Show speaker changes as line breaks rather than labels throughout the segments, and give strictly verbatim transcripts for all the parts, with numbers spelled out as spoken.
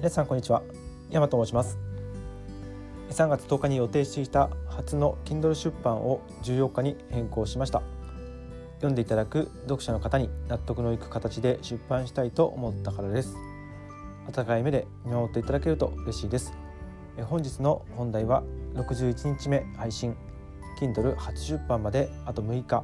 皆さんこんにちは、山と申します。さんがつとおかに予定していた初の Kindle 出版をじゅうよっかに変更しました。読んでいただく読者の方に納得のいく形で出版したいと思ったからです。温かい目で見守っていただけると嬉しいです。本日の本題はろくじゅういちにちめ配信 Kindle 初出版まであとむいか、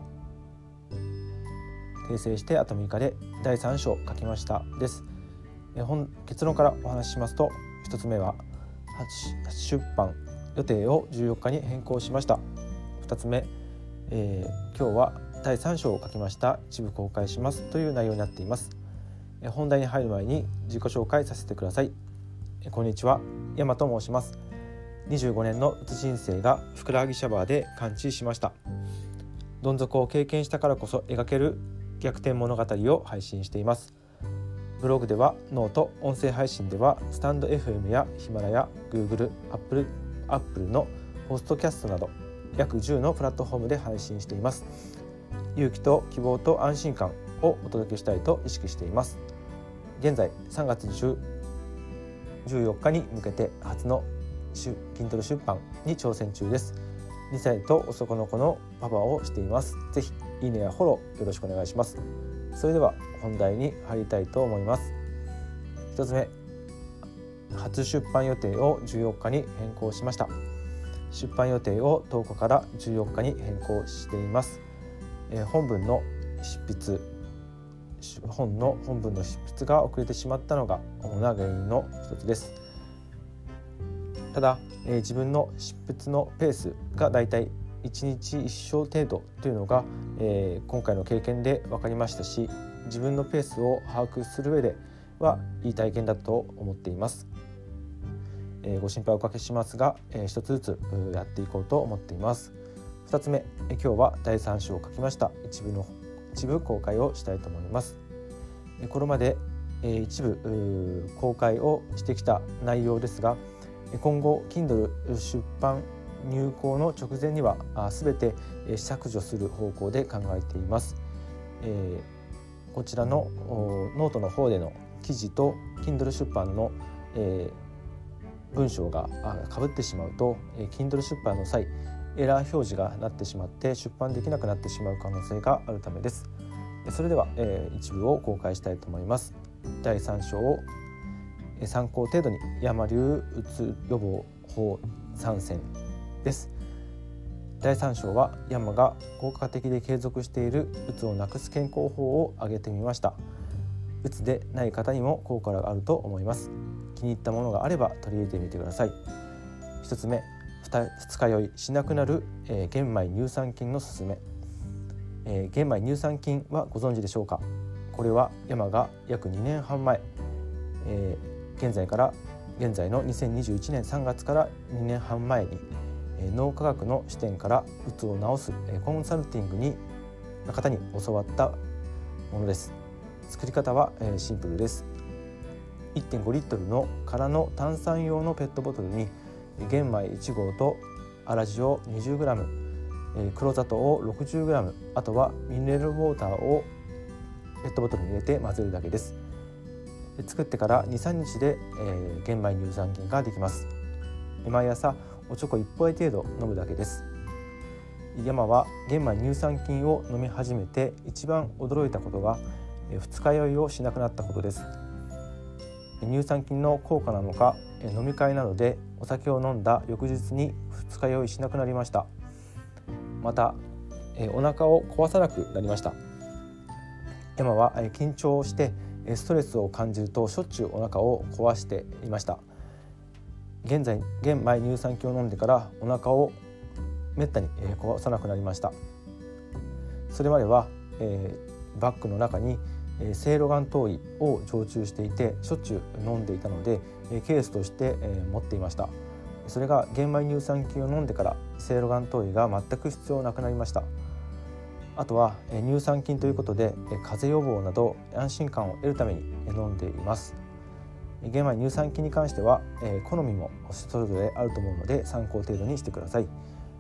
訂正してあとむいかでだいさん章書きましたです。本結論からお話ししますと、ひとつめは初出版予定をじゅうよっかに変更しました。ふたつめ、えー、今日はだいさん章を書きました。一部公開しますという内容になっています。本題に入る前に自己紹介させてください。こんにちは、山と申します。にじゅうごねんのうつ人生がふくらはぎシャワーで完治しました。どん底を経験したからこそ描ける逆転物語を配信しています。ブログではノート、音声配信ではスタンド エフエム やヒマラヤ、Google、Apple、Apple のポストキャストなど約じゅうのプラットフォームで配信しています。勇気と希望と安心感をお届けしたいと意識しています。現在さんがつじゅうよっかに向けて初の Kindle 出版に挑戦中です。にさいと男の子のパパをしています。ぜひいいねやフォローよろしくお願いします。それでは本題に入りたいと思います。ひとつめ、初出版予定をじゅうよっかに変更しました。出版予定をとおかからじゅうよっかに変更しています。えー、本文の執筆本の本文の執筆が遅れてしまったのが主な原因の一つです。ただ、えー、自分の執筆のペースがだいたいいちにちいっ章程度というのが、えー、今回の経験で分かりましたし、自分のペースを把握する上ではいい体験だと思っています。えー、ご心配おかけしますが、えー、一つずつやっていこうと思っています。ふたつめ、えー、今日はだいさん章を書きました。一部の一部公開をしたいと思います。えー、これまで、えー、一部公開をしてきた内容ですが、今後 Kindle 出版入稿の直前にはすべて削除する方向で考えています。えー、こちらのノートの方での記事と Kindle 出版の、えー、文章が被ってしまうと、えー、Kindle 出版の際エラー表示がなってしまって出版できなくなってしまう可能性があるためです。それでは、えー、一部を公開したいと思います。だいさん章を参考程度に山流うつ予防法参戦です。だいさん章は山が効果的で継続しているうつをなくす健康法を挙げてみました。うつでない方にも効果があると思います。気に入ったものがあれば取り入れてみてください。ひとつめ、二日酔いしなくなる、えー、玄米乳酸菌のすすめ、えー、玄米乳酸菌はご存知でしょうか。これは山が約にねんはんまえ、えー、現在から現在のにせんにじゅういちねんさんがつからにねんはんまえに脳科学の視点からうつを治すコンサルティングにの方に教わったものです。作り方はシンプルです。いってんごリットルの空の炭酸用のペットボトルに玄米いちごうと粗塩 にじゅうグラム、黒砂糖を ろくじゅうグラム、あとはミネラルウォーターをペットボトルに入れて混ぜるだけです。作ってからにさんにちで、えー、玄米乳酸菌ができます。毎朝おちょこいっぽい程度飲むだけです。山は玄米乳酸菌を飲み始めて一番驚いたことが、えー、二日酔いをしなくなったことです。乳酸菌の効果なのか、えー、飲み会などでお酒を飲んだ翌日に二日酔いしなくなりました。また、えー、お腹を壊さなくなりました。山は、えー、緊張してストレスを感じるとしょっちゅうお腹を壊していました。現在玄米乳酸菌を飲んでからお腹をめったに壊さなくなりました。それまでは、えー、バッグの中にセイロガン糖衣を常駐していてしょっちゅう飲んでいたのでケースとして、えー、持っていました。それが玄米乳酸菌を飲んでからセイロガン糖衣が全く必要なくなりました。あとは乳酸菌ということで風邪予防など安心感を得るために飲んでいます。玄米乳酸菌に関しては好みもそれぞれあると思うので参考程度にしてください。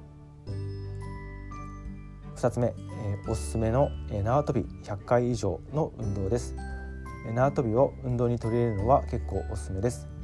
ふたつめ、おすすめの縄跳びひゃっかい以上の運動です。縄跳びを運動に取り入れるのは結構おすすめです。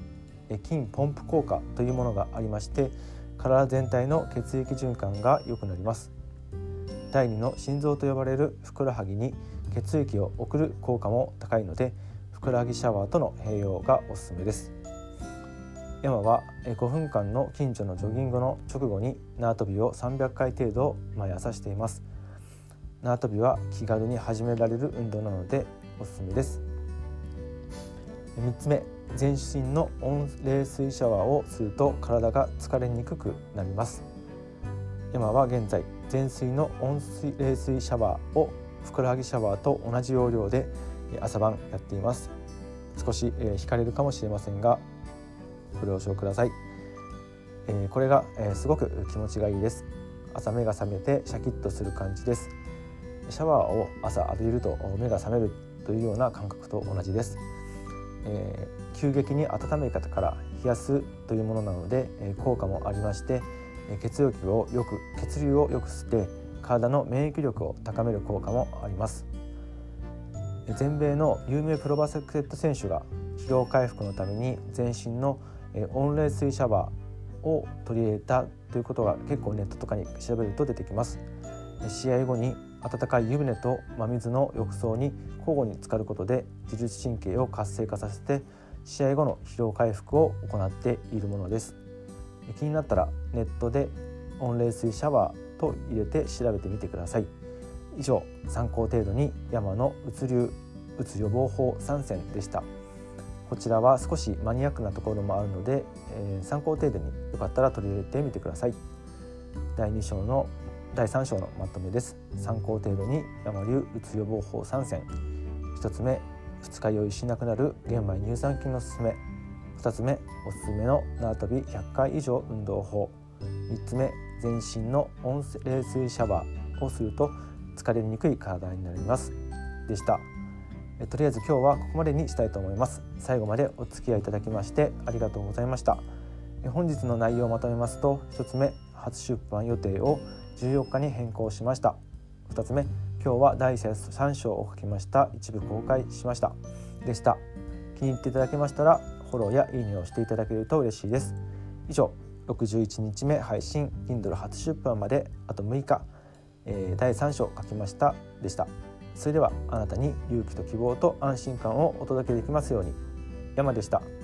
筋ポンプ効果というものがありまして、体全体の血液循環が良くなります。だいにの心臓と呼ばれるふくらはぎに血液を送る効果も高いので、ふくらはぎシャワーとの併用がおすすめです。ヤマはごふんかんの近所のジョギングの直後に縄跳びをさんびゃっかい程度毎朝しています。縄跳びは気軽に始められる運動なのでおすすめです。みっつめ、全身の温冷水シャワーをすると体が疲れにくくなります。ヤマは現在全水の温水冷水シャワーをふくらはぎシャワーと同じ要領で朝晩やっています。少し、えー、惹かれるかもしれませんがご了承ください。えー、これが、えー、すごく気持ちがいいです。朝目が覚めてシャキッとする感じです。シャワーを朝浴びると目が覚めるというような感覚と同じです。えー、急激に温め方から冷やすというものなので、えー、効果もありまして、血液をよく血流をよく吸って体の免疫力を高める効果もあります。全米の有名プロバスケット選手が疲労回復のために全身の温冷水シャワーを取り入れたということが結構ネットとかに調べると出てきます。試合後に温かい湯船と真水の浴槽に交互に浸かることで自律神経を活性化させて試合後の疲労回復を行っているものです。気になったらネットで温冷水シャワーと入れて調べてみてください。以上、参考程度にヤマのうつ流うつ予防法さんせんでした。こちらは少しマニアックなところもあるので、えー、参考程度によかったら取り入れてみてください。だいに章のだいさん章のまとめです。参考程度にヤマ流うつ予防法さんせん。ひとつめ、二日酔いしなくなる玄米乳酸菌のすすめ。ふたつめ、おすすめの縄跳びひゃっかい以上運動法。みっつめ、全身の温冷水シャワーをすると疲れにくい体になりますでした。えとりあえず今日はここまでにしたいと思います。最後までお付き合いいただきましてありがとうございました。え本日の内容をまとめますと、ひとつめ、初出版予定をじゅうよっかに変更しました。ふたつめ、今日はだいさん章を書きました。一部公開しましたでした。気に入っていただけましたらフォローやいいねをしていただけると嬉しいです。以上、ろくじゅういちにちめ配信 Kindle 初出版まであとむいか、えー、だいさん章書きましたでした。それではあなたに勇気と希望と安心感をお届けできますように。ヤマでした。